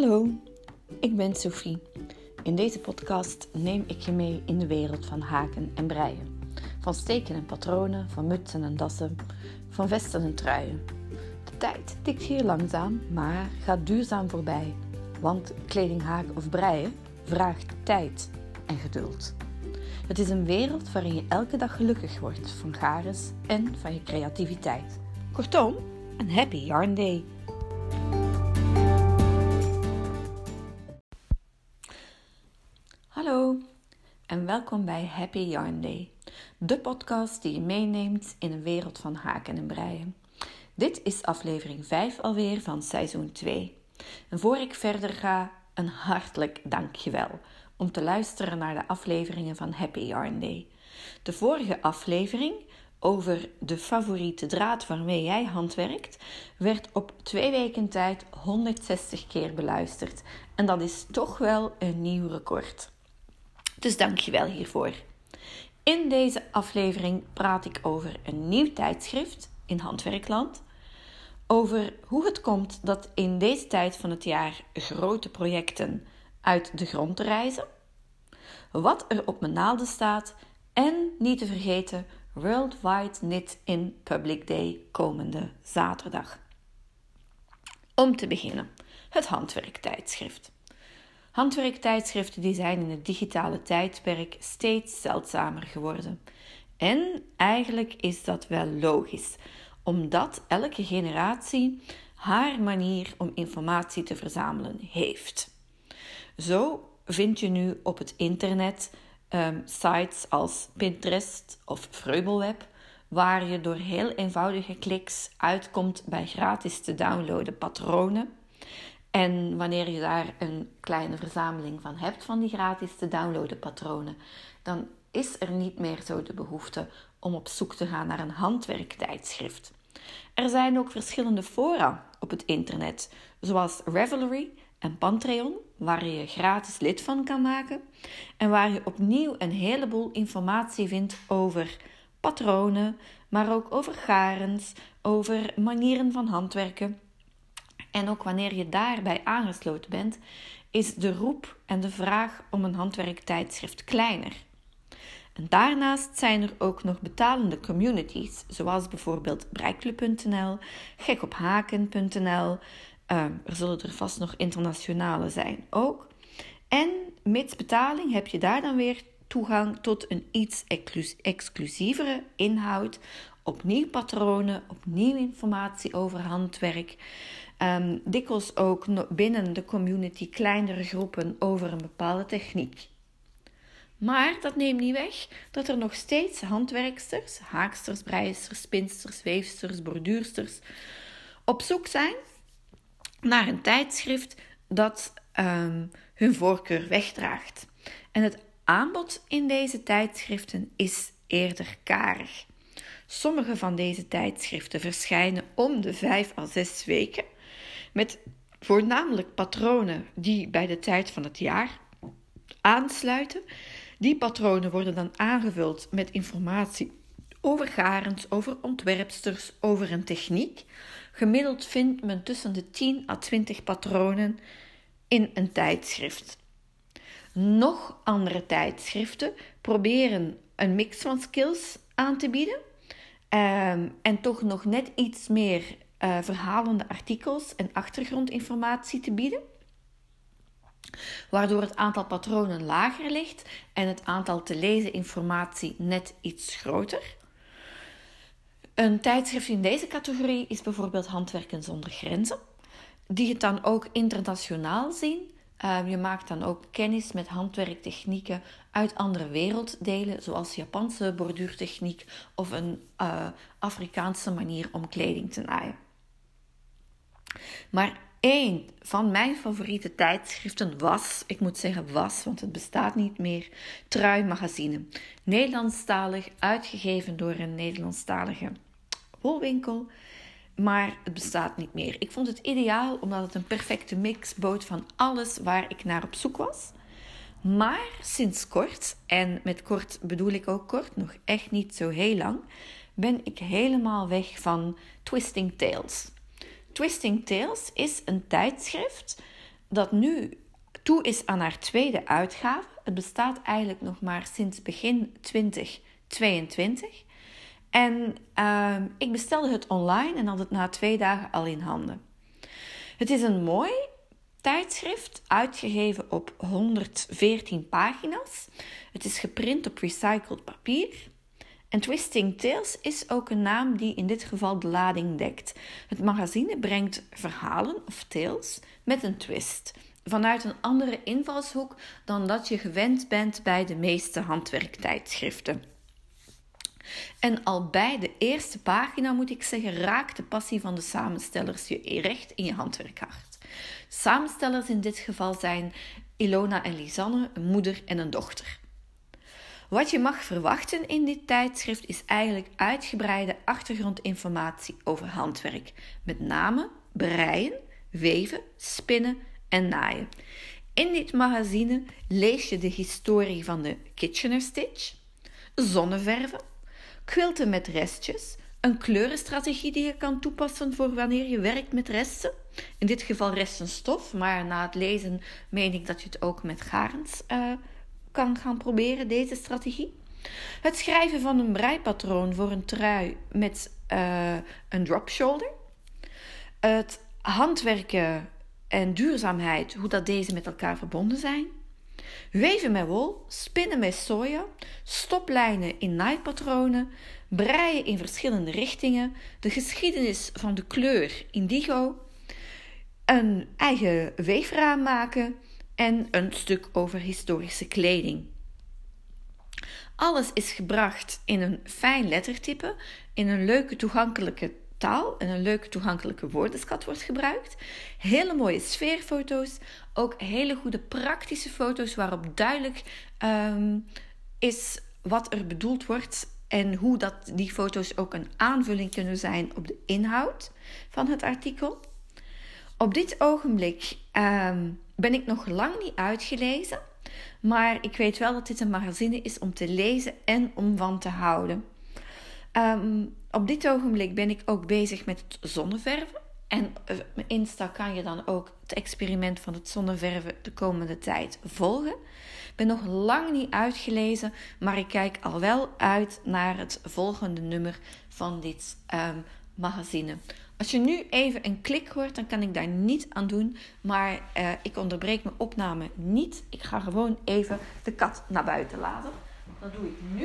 Hallo, ik ben Sophie. In deze podcast neem ik je mee in de wereld van haken en breien. Van steken en patronen, van mutsen en dassen, van vesten en truien. De tijd tikt hier langzaam, maar gaat duurzaam voorbij. Want kleding haken of breien vraagt tijd en geduld. Het is een wereld waarin je elke dag gelukkig wordt van gares en van je creativiteit. Kortom, een happy yarn day. Hallo en welkom bij Happy Yarn Day, de podcast die je meeneemt in een wereld van haken en breien. Dit is aflevering 5 alweer van seizoen 2. En voor ik verder ga, een hartelijk dankjewel om te luisteren naar de afleveringen van Happy Yarn Day. De vorige aflevering over de favoriete draad waarmee jij handwerkt, werd op 2 weken tijd 160 keer beluisterd. En dat is toch wel een nieuw record. Dus dank je wel hiervoor. In deze aflevering praat ik over een nieuw tijdschrift in Handwerkland. Over hoe het komt dat in deze tijd van het jaar grote projecten uit de grond rijzen. Wat er op mijn naalden staat. En niet te vergeten Worldwide Knit in Public Day komende zaterdag. Om te beginnen, het handwerktijdschrift. Handwerktijdschriften die zijn in het digitale tijdperk steeds zeldzamer geworden. En eigenlijk is dat wel logisch, omdat elke generatie haar manier om informatie te verzamelen heeft. Zo vind je nu op het internet sites als Pinterest of Vreubelweb, waar je door heel eenvoudige kliks uitkomt bij gratis te downloaden patronen. En wanneer je daar een kleine verzameling van hebt van die gratis te downloaden patronen, dan is er niet meer zo de behoefte om op zoek te gaan naar een handwerktijdschrift. Er zijn ook verschillende fora op het internet, zoals Ravelry en Pantreon, waar je gratis lid van kan maken en waar je opnieuw een heleboel informatie vindt over patronen, maar ook over garens, over manieren van handwerken. En ook wanneer je daarbij aangesloten bent, is de roep en de vraag om een handwerktijdschrift kleiner. En daarnaast zijn er ook nog betalende communities, zoals bijvoorbeeld Breiclub.nl, gekophaken.nl. Er zullen er vast nog internationale zijn ook. En mits betaling heb je daar dan weer toegang tot een iets exclusievere inhoud, opnieuw patronen, opnieuw informatie over handwerk. Dikwijls ook binnen de community kleinere groepen over een bepaalde techniek. Maar dat neemt niet weg dat er nog steeds handwerksters, haaksters, breisters, spinsters, weefsters, borduursters op zoek zijn naar een tijdschrift dat hun voorkeur wegdraagt. En het aanbod in deze tijdschriften is eerder karig. Sommige van deze tijdschriften verschijnen om de 5 à 6 weken, met voornamelijk patronen die bij de tijd van het jaar aansluiten. Die patronen worden dan aangevuld met informatie over garens, over ontwerpsters, over een techniek. Gemiddeld vindt men tussen de 10 à 20 patronen in een tijdschrift. Nog andere tijdschriften proberen een mix van skills aan te bieden. En toch nog net iets meer verhalende artikels en achtergrondinformatie te bieden. Waardoor het aantal patronen lager ligt en het aantal te lezen informatie net iets groter. Een tijdschrift in deze categorie is bijvoorbeeld Handwerken zonder Grenzen, die het dan ook internationaal zien. Je maakt dan ook kennis met handwerktechnieken uit andere werelddelen, zoals Japanse borduurtechniek of een Afrikaanse manier om kleding te naaien. Maar één van mijn favoriete tijdschriften was, want het bestaat niet meer, Trui Magazine. Nederlandstalig, uitgegeven door een Nederlandstalige wolwinkel. Maar het bestaat niet meer. Ik vond het ideaal omdat het een perfecte mix bood van alles waar ik naar op zoek was. Maar sinds kort, en met kort bedoel ik ook kort, nog echt niet zo heel lang, ben ik helemaal weg van Twisting Tales. Twisting Tales is een tijdschrift dat nu toe is aan haar tweede uitgave. Het bestaat eigenlijk nog maar sinds begin 2022. En ik bestelde het online en had het na 2 dagen al in handen. Het is een mooi tijdschrift, uitgegeven op 114 pagina's. Het is geprint op recycled papier. En Twisting Tales is ook een naam die in dit geval de lading dekt. Het magazine brengt verhalen of tales met een twist, vanuit een andere invalshoek dan dat je gewend bent bij de meeste handwerktijdschriften. En al bij de eerste pagina, moet ik zeggen, raakt de passie van de samenstellers je recht in je handwerkhart. Samenstellers in dit geval zijn Ilona en Lisanne, een moeder en een dochter. Wat je mag verwachten in dit tijdschrift is eigenlijk uitgebreide achtergrondinformatie over handwerk. Met name breien, weven, spinnen en naaien. In dit magazine lees je de historie van de Kitchener Stitch, zonneverven, quilten met restjes, een kleurenstrategie die je kan toepassen voor wanneer je werkt met resten. In dit geval restenstof, maar na het lezen meen ik dat je het ook met garens kan gaan proberen, deze strategie. Het schrijven van een breipatroon voor een trui met een drop shoulder. Het handwerken en duurzaamheid, hoe dat deze met elkaar verbonden zijn. Weven met wol, spinnen met soja, stoplijnen in naaipatronen, breien in verschillende richtingen, de geschiedenis van de kleur indigo, een eigen weefraam maken en een stuk over historische kleding. Alles is gebracht in een fijn lettertype, in een leuke toegankelijke taal en een leuke toegankelijke woordenschat wordt gebruikt. Hele mooie sfeerfoto's, ook hele goede praktische foto's waarop duidelijk is wat er bedoeld wordt en hoe dat die foto's ook een aanvulling kunnen zijn op de inhoud van het artikel. Op dit ogenblik ben ik nog lang niet uitgelezen, maar ik weet wel dat dit een magazine is om te lezen en om van te houden. Op dit ogenblik ben ik ook bezig met het zonneverven. En op mijn Insta kan je dan ook het experiment van het zonneverven de komende tijd volgen. Ik ben nog lang niet uitgelezen, maar ik kijk al wel uit naar het volgende nummer van dit magazine. Als je nu even een klik hoort, dan kan ik daar niet aan doen. Maar ik onderbreek mijn opname niet. Ik ga gewoon even de kat naar buiten laten. Dat doe ik nu.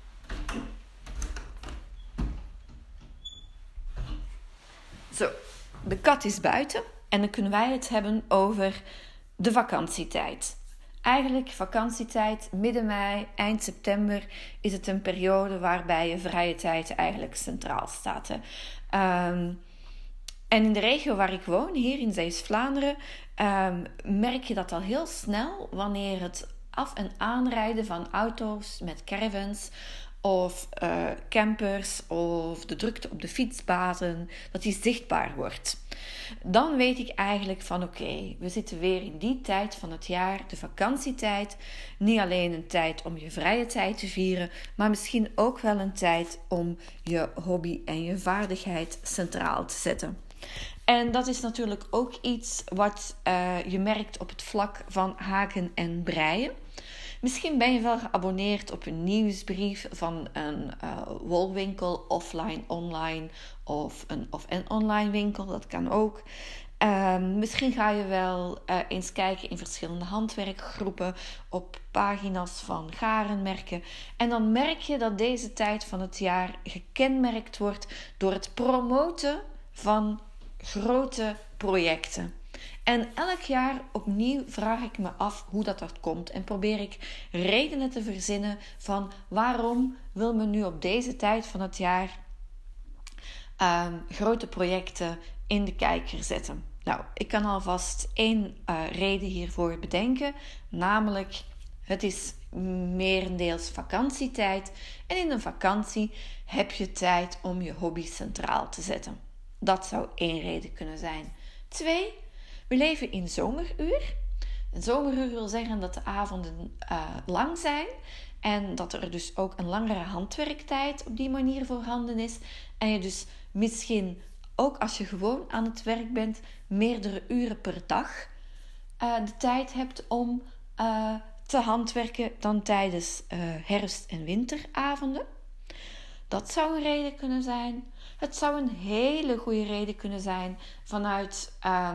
Zo, de kat is buiten. En dan kunnen wij het hebben over de vakantietijd. Eigenlijk vakantietijd, midden mei, eind september, is het een periode waarbij je vrije tijd eigenlijk centraal staat. En in de regio waar ik woon, hier in Zeeuws-Vlaanderen, merk je dat al heel snel wanneer het af- en aanrijden van auto's met caravans of campers of de drukte op de fietsbaden, dat die zichtbaar wordt. Dan weet ik eigenlijk van oké, we zitten weer in die tijd van het jaar, de vakantietijd. Niet alleen een tijd om je vrije tijd te vieren, maar misschien ook wel een tijd om je hobby en je vaardigheid centraal te zetten. En dat is natuurlijk ook iets wat je merkt op het vlak van haken en breien. Misschien ben je wel geabonneerd op een nieuwsbrief van een wolwinkel, offline, online of een online winkel. Dat kan ook. Misschien ga je wel eens kijken in verschillende handwerkgroepen op pagina's van garenmerken. En dan merk je dat deze tijd van het jaar gekenmerkt wordt door het promoten van grote projecten. En elk jaar opnieuw vraag ik me af hoe dat komt en probeer ik redenen te verzinnen van waarom wil men nu op deze tijd van het jaar grote projecten in de kijker zetten. Nou, ik kan alvast 1 reden hiervoor bedenken, namelijk het is merendeels vakantietijd en in een vakantie heb je tijd om je hobby centraal te zetten. Dat zou 1 reden kunnen zijn. 2, we leven in zomeruur. Een zomeruur wil zeggen dat de avonden lang zijn en dat er dus ook een langere handwerktijd op die manier voorhanden is. En je dus misschien, ook als je gewoon aan het werk bent, meerdere uren per dag de tijd hebt om te handwerken dan tijdens herfst- en winteravonden. Dat zou een reden kunnen zijn. Het zou een hele goede reden kunnen zijn vanuit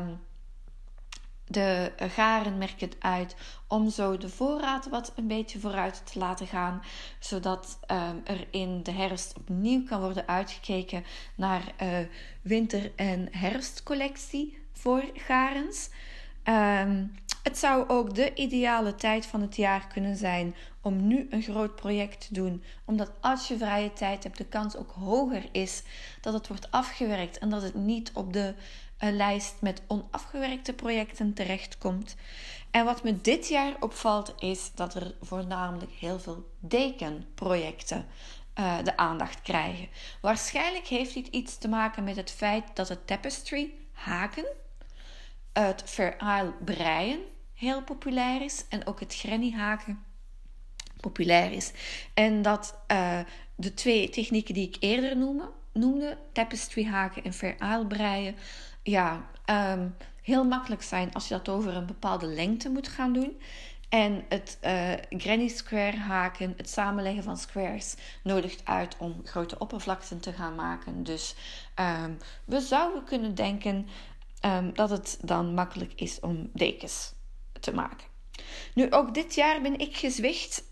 de garenmerk het uit om zo de voorraad wat een beetje vooruit te laten gaan, zodat er in de herfst opnieuw kan worden uitgekeken naar winter- en herfstcollectie voor garens. Het zou ook de ideale tijd van het jaar kunnen zijn om nu een groot project te doen. Omdat als je vrije tijd hebt, de kans ook hoger is dat het wordt afgewerkt en dat het niet op de lijst met onafgewerkte projecten terechtkomt. En wat me dit jaar opvalt is dat er voornamelijk heel veel dekenprojecten de aandacht krijgen. Waarschijnlijk heeft dit iets te maken met het feit dat het tapestry haken, het Fair Isle breien heel populair is en ook het granny haken populair is. En dat de twee technieken die ik eerder noemde, tapestry haken en Fair Isle breien, heel makkelijk zijn als je dat over een bepaalde lengte moet gaan doen. En het granny square haken, het samenleggen van squares, nodigt uit om grote oppervlakten te gaan maken. Dus we zouden kunnen denken dat het dan makkelijk is om dekens te maken. Nu, ook dit jaar ben ik gezwicht.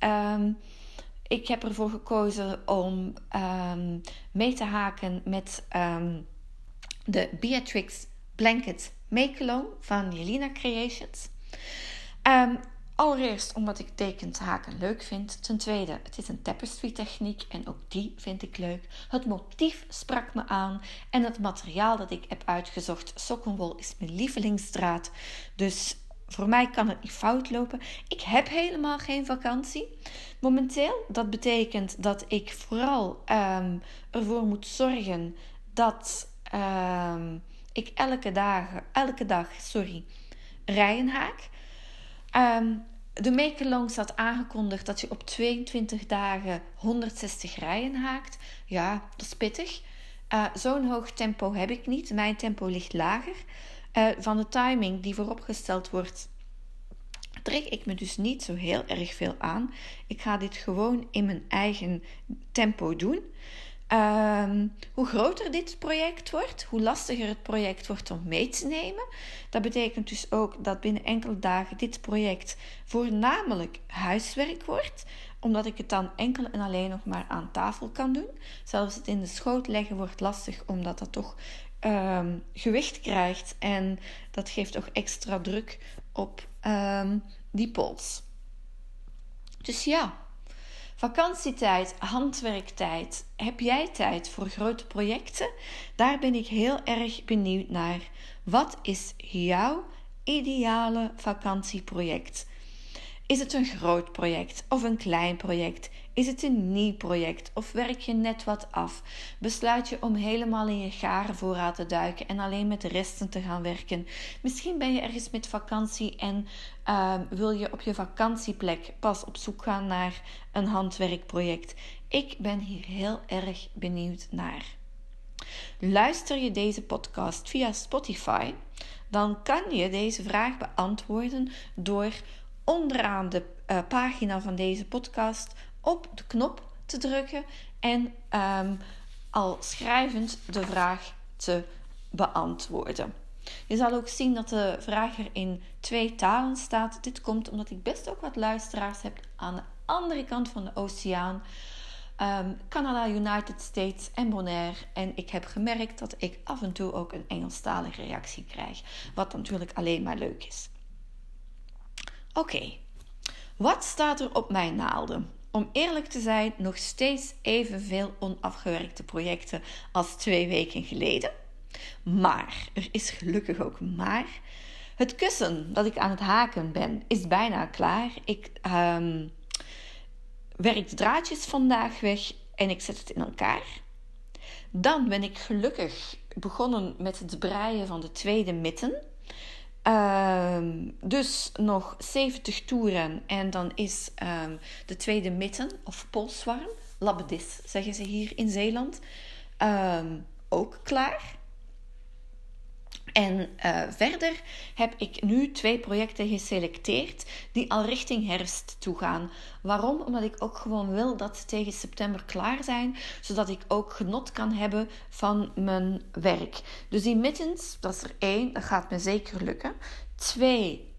Ik heb ervoor gekozen om mee te haken met de Beatrix Blanket Make-Alone van Jelena Creations. Allereerst omdat ik dekens haken leuk vind. Ten tweede, het is een tapestry techniek en ook die vind ik leuk. Het motief sprak me aan en het materiaal dat ik heb uitgezocht, sokkenwol, is mijn lievelingsdraad. Dus voor mij kan het niet fout lopen. Ik heb helemaal geen vakantie momenteel. Dat betekent dat ik vooral ervoor moet zorgen dat ik elke dag rijen haak. De Make-Alone staat aangekondigd dat je op 22 dagen 160 rijen haakt. Ja, dat is pittig. Zo'n hoog tempo heb ik niet. Mijn tempo ligt lager. Van de timing die vooropgesteld wordt, trek ik me dus niet zo heel erg veel aan. Ik ga dit gewoon in mijn eigen tempo doen. Hoe groter dit project wordt, hoe lastiger het project wordt om mee te nemen. Dat betekent dus ook dat binnen enkele dagen dit project voornamelijk huiswerk wordt, omdat ik het dan enkel en alleen nog maar aan tafel kan doen. Zelfs het in de schoot leggen wordt lastig, omdat dat toch gewicht krijgt en dat geeft ook extra druk op die pols. Dus ja, vakantietijd, handwerktijd. Heb jij tijd voor grote projecten? Daar ben ik heel erg benieuwd naar. Wat is jouw ideale vakantieproject? Is het een groot project of een klein project? Is het een nieuw project of werk je net wat af? Besluit je om helemaal in je garenvoorraad te duiken en alleen met de resten te gaan werken? Misschien ben je ergens met vakantie en wil je op je vakantieplek pas op zoek gaan naar een handwerkproject. Ik ben hier heel erg benieuwd naar. Luister je deze podcast via Spotify, dan kan je deze vraag beantwoorden door onderaan de pagina van deze podcast op de knop te drukken en al schrijvend de vraag te beantwoorden. Je zal ook zien dat de vraag er in 2 talen staat. Dit komt omdat ik best ook wat luisteraars heb aan de andere kant van de oceaan. Canada, United States en Bonaire. En ik heb gemerkt dat ik af en toe ook een Engelstalige reactie krijg. Wat natuurlijk alleen maar leuk is. Oké, wat staat er op mijn naalden? Om eerlijk te zijn, nog steeds evenveel onafgewerkte projecten als 2 weken geleden. Maar, er is gelukkig ook maar. Het kussen dat ik aan het haken ben, is bijna klaar. Ik werk de draadjes vandaag weg en ik zet het in elkaar. Dan ben ik gelukkig begonnen met het breien van de tweede mitten. Dus nog 70 toeren en dan is de tweede mitten of polswarm, labbedis zeggen ze hier in Zeeland, ook klaar. En verder heb ik nu 2 projecten geselecteerd die al richting herfst toe gaan. Waarom? Omdat ik ook gewoon wil dat ze tegen september klaar zijn, zodat ik ook genot kan hebben van mijn werk. Dus die mittens, dat is er 1, dat gaat me zeker lukken. 2,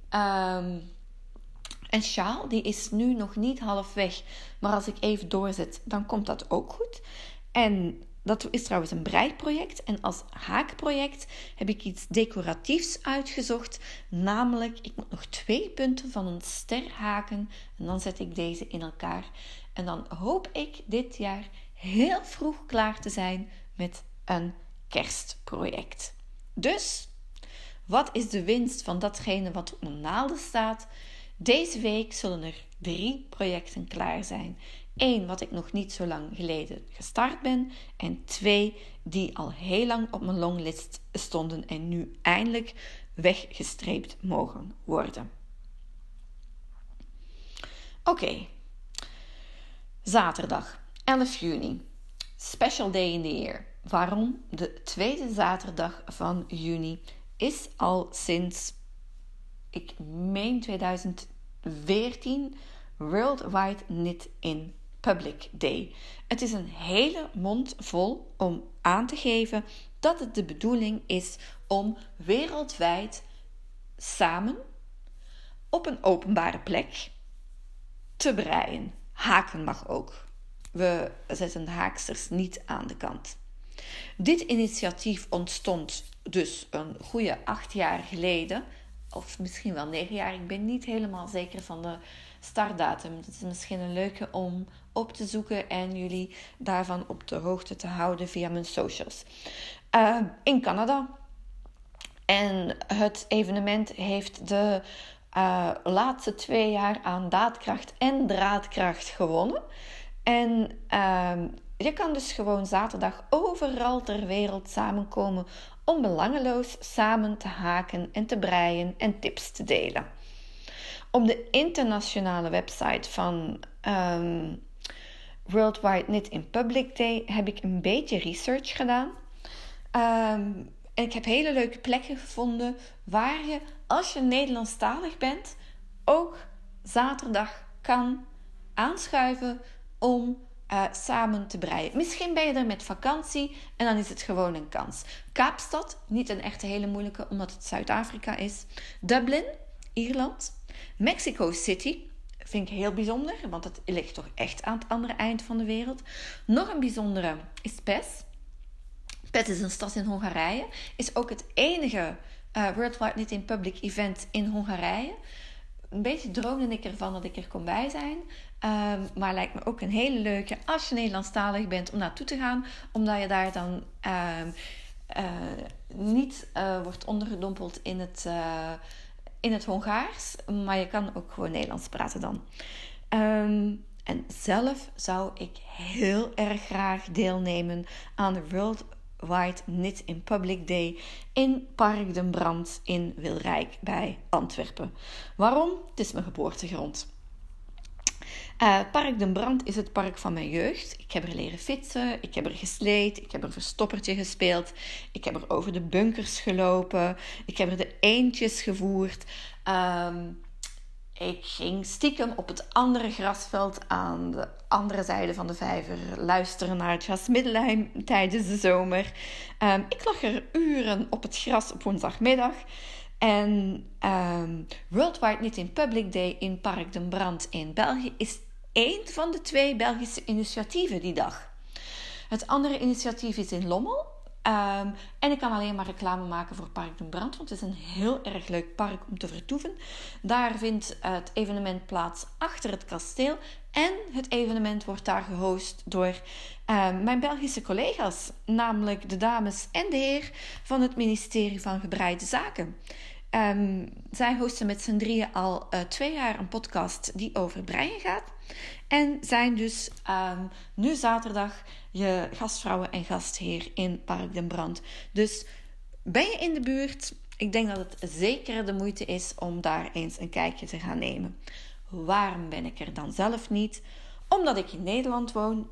een sjaal, die is nu nog niet halfweg, maar als ik even doorzet, dan komt dat ook goed. En dat is trouwens een breiproject. En als haakproject heb ik iets decoratiefs uitgezocht. Namelijk, ik moet nog 2 punten van een ster haken. En dan zet ik deze in elkaar. En dan hoop ik dit jaar heel vroeg klaar te zijn met een kerstproject. Dus, wat is de winst van datgene wat op mijn naalden staat? Deze week zullen er 3 projecten klaar zijn. 1 wat ik nog niet zo lang geleden gestart ben. En 2 die al heel lang op mijn longlist stonden en nu eindelijk weggestreept mogen worden. Oké. Zaterdag 11 juni. Special day in the year. Waarom? De tweede zaterdag van juni is al sinds, ik meen 2014, Worldwide Knit in Public Day. Het is een hele mond vol om aan te geven dat het de bedoeling is om wereldwijd samen op een openbare plek te breien. Haken mag ook. We zetten de haaksters niet aan de kant. Dit initiatief ontstond dus een goede 8 jaar geleden, of misschien wel 9 jaar. Ik ben niet helemaal zeker van de startdatum. Dat is misschien een leuke om op te zoeken en jullie daarvan op de hoogte te houden via mijn socials. In Canada. En het evenement heeft de laatste 2 jaar aan daadkracht en draadkracht gewonnen. En je kan dus gewoon zaterdag overal ter wereld samenkomen om belangeloos samen te haken en te breien en tips te delen. Op de internationale website van Worldwide Knit in Public Day heb ik een beetje research gedaan. En ik heb hele leuke plekken gevonden waar je, als je Nederlandstalig bent, ook zaterdag kan aanschuiven om samen te breien. Misschien ben je er met vakantie en dan is het gewoon een kans. Kaapstad, niet een echte hele moeilijke, omdat het Zuid-Afrika is. Dublin, Ierland. Mexico City, vind ik heel bijzonder, want het ligt toch echt aan het andere eind van de wereld. Nog een bijzondere is Pez. Pez is een stad in Hongarije. Is ook het enige Worldwide Knit in Public event in Hongarije. Een beetje droomde ik ervan dat ik er kon bij zijn. Maar lijkt me ook een hele leuke als je Nederlandstalig bent om naartoe te gaan. Omdat je daar dan niet wordt ondergedompeld in het Hongaars. Maar je kan ook gewoon Nederlands praten dan. En zelf zou ik heel erg graag deelnemen aan de Worldwide Knit in Public Day in Park den Brand in Wilrijk bij Antwerpen. Waarom? Het is mijn geboortegrond. Park den Brand is het park van mijn jeugd. Ik heb er leren fietsen, ik heb er gesleed, ik heb er verstoppertje gespeeld, ik heb er over de bunkers gelopen, ik heb er de eendjes gevoerd. Ik ging stiekem op het andere grasveld aan de andere zijde van de vijver luisteren naar het jasmiddelijn tijdens de zomer. Ik lag er uren op het gras op woensdagmiddag. En Worldwide Knit in Public Day in Park den Brand in België is 1 van de 2 Belgische initiatieven die dag. Het andere initiatief is in Lommel. En ik kan alleen maar reclame maken voor Park den Brand, want het is een heel erg leuk park om te vertoeven. Daar vindt het evenement plaats achter het kasteel. En het evenement wordt daar gehost door mijn Belgische collega's, namelijk de dames en de heer van het ministerie van Gebreide Zaken. Zij hosten met z'n drieën al 2 jaar een podcast die over breien gaat. En zijn dus nu zaterdag je gastvrouwen en gastheer in Park den Brand. Dus ben je in de buurt? Ik denk dat het zeker de moeite is om daar eens een kijkje te gaan nemen. Waarom ben ik er dan zelf niet? Omdat ik in Nederland woon.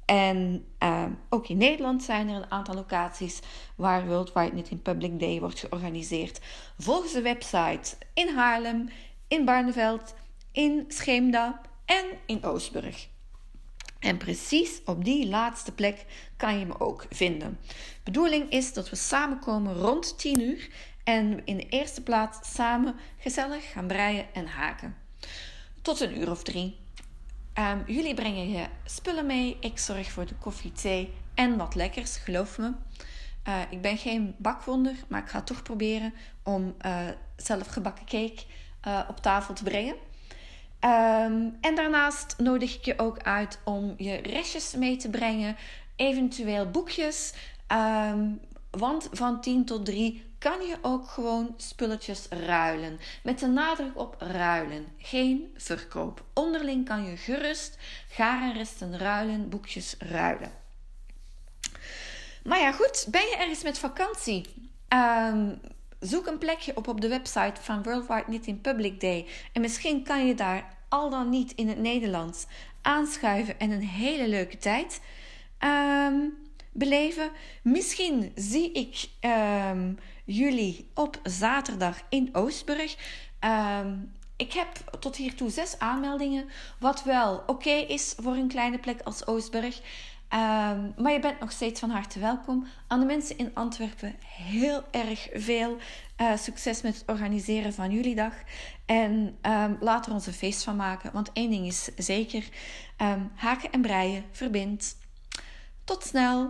En ook in Nederland zijn er een aantal locaties waar Worldwide Knitting Public Day wordt georganiseerd. Volg de website in Haarlem, in Barneveld, in Scheemda en in Oostburg. En precies op die laatste plek kan je me ook vinden. De bedoeling is dat we samenkomen rond 10 uur en we in de eerste plaats samen gezellig gaan breien en haken. Tot 1 uur of 3. Jullie brengen je spullen mee. Ik zorg voor de koffie, thee en wat lekkers, geloof me. Ik ben geen bakwonder, maar ik ga toch proberen om zelf gebakken cake op tafel te brengen. En daarnaast nodig ik je ook uit om je restjes mee te brengen. Eventueel boekjes. Want van 10 tot 3 kan je ook gewoon spulletjes ruilen. Met de nadruk op ruilen. Geen verkoop. Onderling kan je gerust garen, resten ruilen, boekjes ruilen. Maar ja, goed. Ben je ergens met vakantie? Zoek een plekje op de website van Worldwide Knitting Public Day. En misschien kan je daar al dan niet in het Nederlands aanschuiven en een hele leuke tijd beleven. Misschien zie ik jullie op zaterdag in Oostburg. Ik heb tot hiertoe 6 aanmeldingen, wat wel oké is voor een kleine plek als Oostburg. Maar je bent nog steeds van harte welkom. Aan de mensen in Antwerpen heel erg veel succes met het organiseren van jullie dag. En laten we ons een feest van maken. Want 1 ding is zeker. Haken en breien verbindt. Tot snel.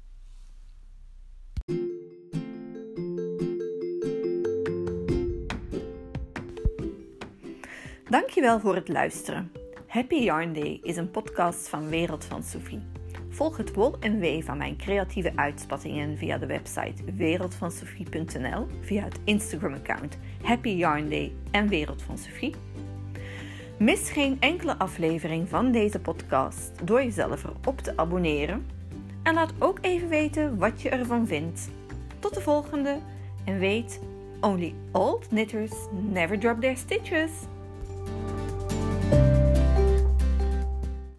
Dankjewel voor het luisteren. Happy Yarn Day is een podcast van Wereld van Sophie. Volg het wol en wee van mijn creatieve uitspattingen via de website wereldvansophie.nl, via het Instagram-account Happy Yarn Day en Wereld van Sophie. Mis geen enkele aflevering van deze podcast door jezelf erop te abonneren. En laat ook even weten wat je ervan vindt. Tot de volgende en weet, only old knitters never drop their stitches.